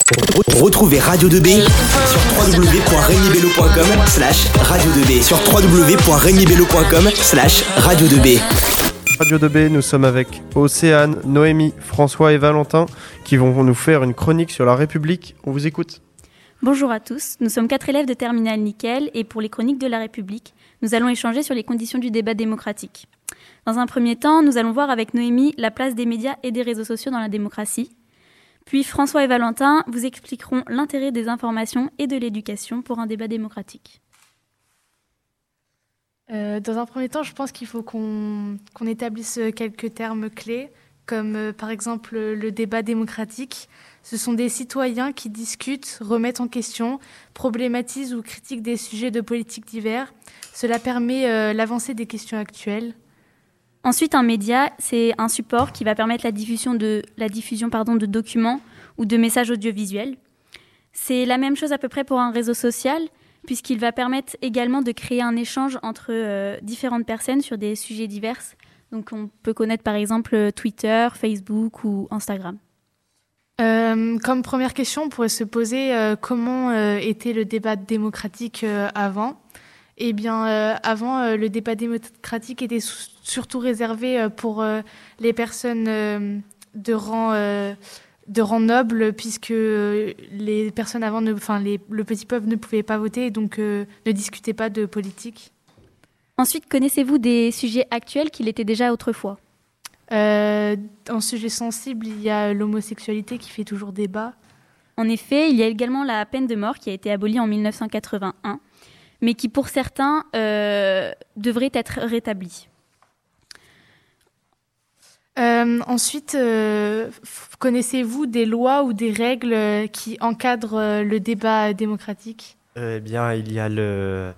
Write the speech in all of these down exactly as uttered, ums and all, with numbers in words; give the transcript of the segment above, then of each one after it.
Retrouvez Radio deux B sur w w w point regnibello point com slash radio deux b sur w w w point regnibello point com slash radio deux b. Radio deux B, nous sommes avec Océane, Noémie, François et Valentin qui vont nous faire une chronique sur la République. On vous écoute. Bonjour à tous, nous sommes quatre élèves de Terminale Nickel et pour les chroniques de la République, nous allons échanger sur les conditions du débat démocratique. Dans un premier temps, nous allons voir avec Noémie la place des médias et des réseaux sociaux dans la démocratie. Puis François et Valentin vous expliqueront l'intérêt des informations et de l'éducation pour un débat démocratique. Euh, dans un premier temps, je pense qu'il faut qu'on, qu'on établisse quelques termes clés, comme euh, par exemple le débat démocratique. Ce sont des citoyens qui discutent, remettent en question, problématisent ou critiquent des sujets de politique divers. Cela permet euh, l'avancée des questions actuelles. Ensuite, un média, c'est un support qui va permettre la diffusion de, la diffusion, pardon, de documents ou de messages audiovisuels. C'est la même chose à peu près pour un réseau social, puisqu'il va permettre également de créer un échange entre euh, différentes personnes sur des sujets divers. Donc on peut connaître par exemple Twitter, Facebook ou Instagram. Euh, comme première question, on pourrait se poser euh, comment euh, était le débat démocratique euh, avant. Eh bien, euh, avant, euh, le débat démocratique était sou- surtout réservé euh, pour euh, les personnes euh, de rang euh, de rang noble, puisque euh, les personnes avant, ne, enfin les, le petit peuple ne pouvait pas voter et donc euh, ne discutait pas de politique. Ensuite, connaissez-vous des sujets actuels qu'il était déjà autrefois ? Euh, en sujet sensible, il y a l'homosexualité qui fait toujours débat. En effet, il y a également la peine de mort qui a été abolie en dix-neuf cent quatre-vingt-un, mais qui pour certains euh, devrait être rétablie. Euh, ensuite, euh, f- connaissez-vous des lois ou des règles qui encadrent euh, le débat démocratique ? Eh bien, il y a le,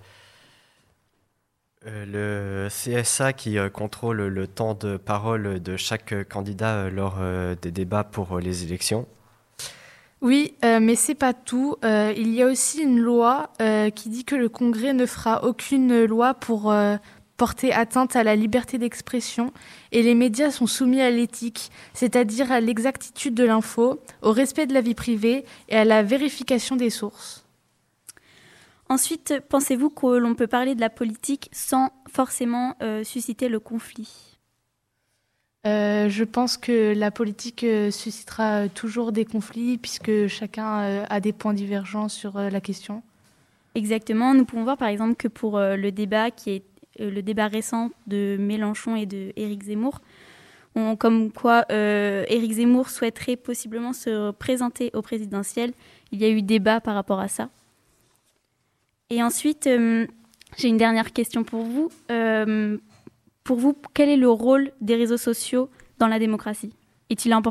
euh, le C S A qui euh, contrôle le temps de parole de chaque euh, candidat euh, lors euh, des débats pour euh, les élections. Oui, euh, mais c'est pas tout. Euh, il y a aussi une loi euh, qui dit que le Congrès ne fera aucune loi pour euh, porter atteinte à la liberté d'expression et les médias sont soumis à l'éthique, c'est-à-dire à l'exactitude de l'info, au respect de la vie privée et à la vérification des sources. Ensuite, pensez-vous que l'on peut parler de la politique sans forcément euh, susciter le conflit ? Euh, je pense que la politique euh, suscitera euh, toujours des conflits puisque chacun euh, a des points divergents sur euh, la question. Exactement. Nous pouvons voir par exemple que pour euh, le débat qui est euh, le débat récent de Mélenchon et de Éric Zemmour, on, comme quoi euh, Éric Zemmour souhaiterait possiblement se présenter au présidentiel. Il y a eu débat par rapport à ça. Et ensuite, euh, j'ai une dernière question pour vous. Euh, Pour vous, quel est le rôle des réseaux sociaux dans la démocratie ? Est-il important ?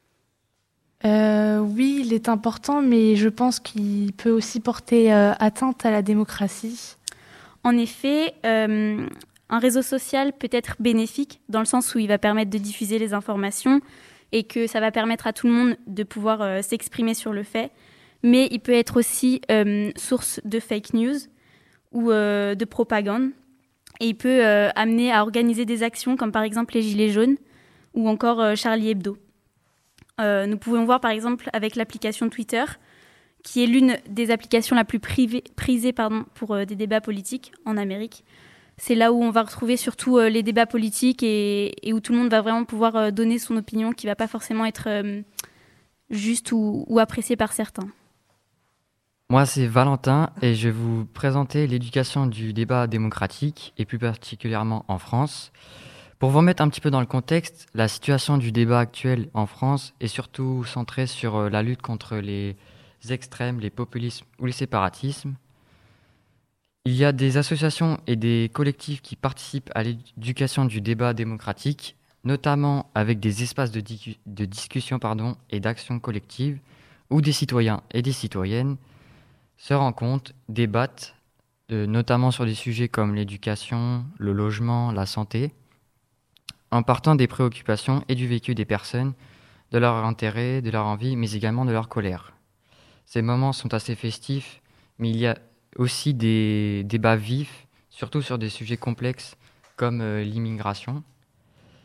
Euh, oui, il est important, mais je pense qu'il peut aussi porter euh, atteinte à la démocratie. En effet, euh, un réseau social peut être bénéfique dans le sens où il va permettre de diffuser les informations et que ça va permettre à tout le monde de pouvoir euh, s'exprimer sur le fait. Mais il peut être aussi euh, source de fake news ou euh, de propagande. Et il peut euh, amener à organiser des actions comme par exemple les Gilets jaunes ou encore euh, Charlie Hebdo. Euh, nous pouvons voir par exemple avec l'application Twitter, qui est l'une des applications la plus privée, prisée pardon, pour euh, des débats politiques en Amérique. C'est là où on va retrouver surtout euh, les débats politiques et, et où tout le monde va vraiment pouvoir euh, donner son opinion qui ne va pas forcément être euh, juste ou, ou appréciée par certains. Moi, c'est Valentin et je vais vous présenter l'éducation du débat démocratique et plus particulièrement en France. Pour vous remettre un petit peu dans le contexte, la situation du débat actuel en France est surtout centrée sur la lutte contre les extrêmes, les populismes ou les séparatismes. Il y a des associations et des collectifs qui participent à l'éducation du débat démocratique, notamment avec des espaces de, di- de discussion pardon, et d'action collective où des citoyens et des citoyennes se rencontrent, débattent, euh, notamment sur des sujets comme l'éducation, le logement, la santé, en partant des préoccupations et du vécu des personnes, de leurs intérêts, de leur envie, mais également de leur colère. Ces moments sont assez festifs, mais il y a aussi des débats vifs, surtout sur des sujets complexes comme euh, l'immigration.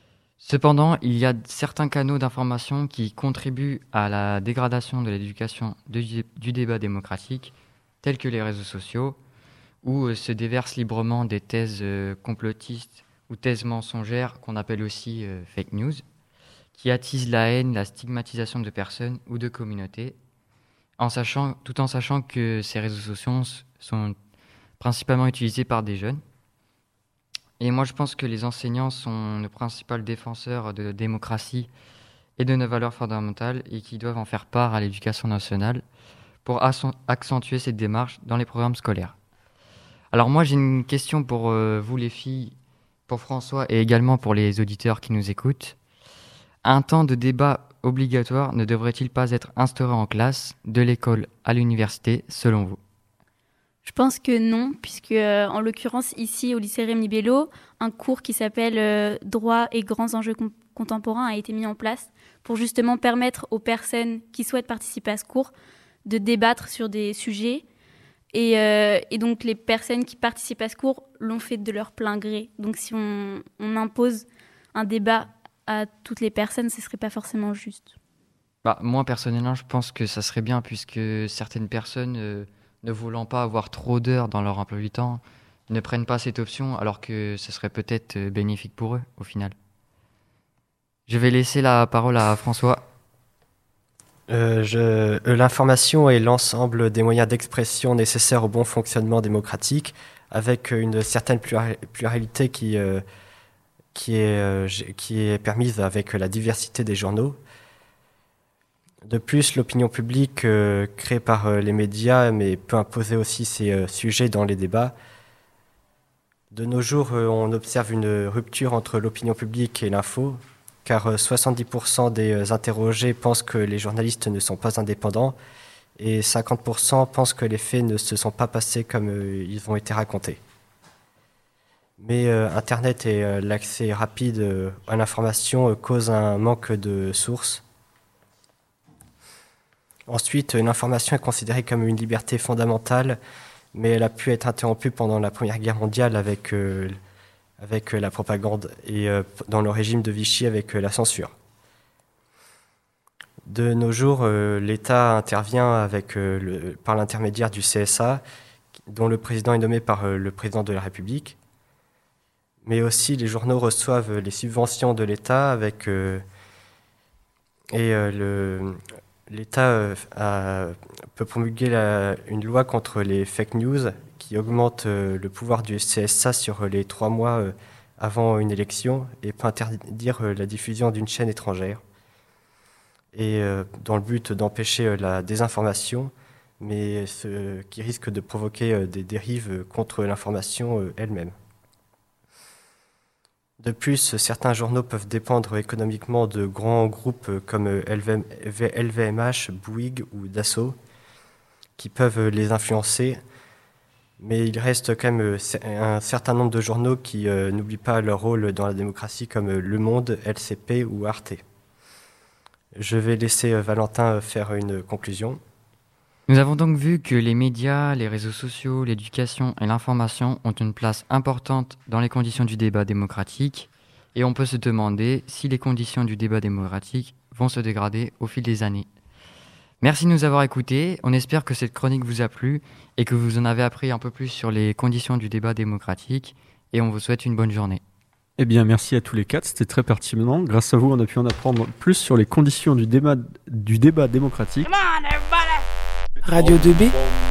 Cependant, il y a certains canaux d'information qui contribuent à la dégradation de l'éducation de- du débat démocratique, tels que les réseaux sociaux, où euh, se déversent librement des thèses euh, complotistes ou thèses mensongères, qu'on appelle aussi euh, fake news, qui attisent la haine, la stigmatisation de personnes ou de communautés, en sachant, tout en sachant que ces réseaux sociaux s- sont principalement utilisés par des jeunes. Et moi, je pense que les enseignants sont nos principaux défenseurs de la démocratie et de nos valeurs fondamentales et qui doivent en faire part à l'éducation nationale pour accentuer accentuer cette démarche dans les programmes scolaires. Alors moi, j'ai une question pour euh, vous les filles, pour François et également pour les auditeurs qui nous écoutent. Un temps de débat obligatoire ne devrait-il pas être instauré en classe, de l'école à l'université, selon vous ? Je pense que non, puisque euh, en l'occurrence ici au lycée Rémi Bello, un cours qui s'appelle euh, Droit et grands enjeux com- contemporains a été mis en place pour justement permettre aux personnes qui souhaitent participer à ce cours de débattre sur des sujets. Et, euh, et donc les personnes qui participent à ce cours l'ont fait de leur plein gré. Donc si on, on impose un débat à toutes les personnes, ce ne serait pas forcément juste. Bah, moi, personnellement, je pense que ça serait bien puisque certaines personnes, euh, ne voulant pas avoir trop d'heures dans leur emploi du temps, ne prennent pas cette option alors que ce serait peut-être euh, bénéfique pour eux, au final. Je vais laisser la parole à François. Euh, je- euh, L'information est l'ensemble des moyens d'expression nécessaires au bon fonctionnement démocratique, avec une certaine plura- pluralité qui, euh, qui, est, euh, g- qui est permise avec la diversité des journaux. De plus, l'opinion publique euh, créée par euh, les médias, mais peut imposer aussi ses euh, sujets dans les débats. De nos jours, euh, on observe une rupture entre l'opinion publique et l'info, car euh, soixante-dix pour cent des euh, interrogés pensent que les journalistes ne sont pas indépendants et cinquante pour cent pensent que les faits ne se sont pas passés comme euh, ils ont été racontés. Mais euh, Internet et euh, l'accès rapide euh, à l'information euh, causent un manque de sources. Ensuite, euh, l'information est considérée comme une liberté fondamentale, mais elle a pu être interrompue pendant la Première Guerre mondiale avec euh, avec euh, la propagande et euh, dans le régime de Vichy avec euh, la censure. De nos jours, euh, l'État intervient avec, euh, le, par l'intermédiaire du C S A, dont le président est nommé par euh, le président de la République. Mais aussi, les journaux reçoivent les subventions de l'État avec, euh, et euh, le, l'État euh, a- peut promulguer la- une loi contre les fake news qui augmente euh, le pouvoir du C S A sur les trois mois euh, avant une élection et peut interdire euh, la diffusion d'une chaîne étrangère. Et euh, dans le but d'empêcher euh, la désinformation, mais ce qui risque de provoquer euh, des dérives euh, contre l'information euh, elle-même. De plus, certains journaux peuvent dépendre économiquement de grands groupes euh, comme euh, L V M H, Bouygues ou Dassault, qui peuvent euh, les influencer. Mais il reste quand même euh, cer- un certain nombre de journaux qui euh, n'oublient pas leur rôle dans la démocratie, comme euh, Le Monde, L C P ou Arte. Je vais laisser euh, Valentin euh, faire une conclusion. Nous avons donc vu que les médias, les réseaux sociaux, l'éducation et l'information ont une place importante dans les conditions du débat démocratique et on peut se demander si les conditions du débat démocratique vont se dégrader au fil des années. Merci de nous avoir écoutés, on espère que cette chronique vous a plu et que vous en avez appris un peu plus sur les conditions du débat démocratique et on vous souhaite une bonne journée. Eh bien, merci à tous les quatre, c'était très pertinent. Grâce à vous, on a pu en apprendre plus sur les conditions du débat, du débat démocratique. Radio deux B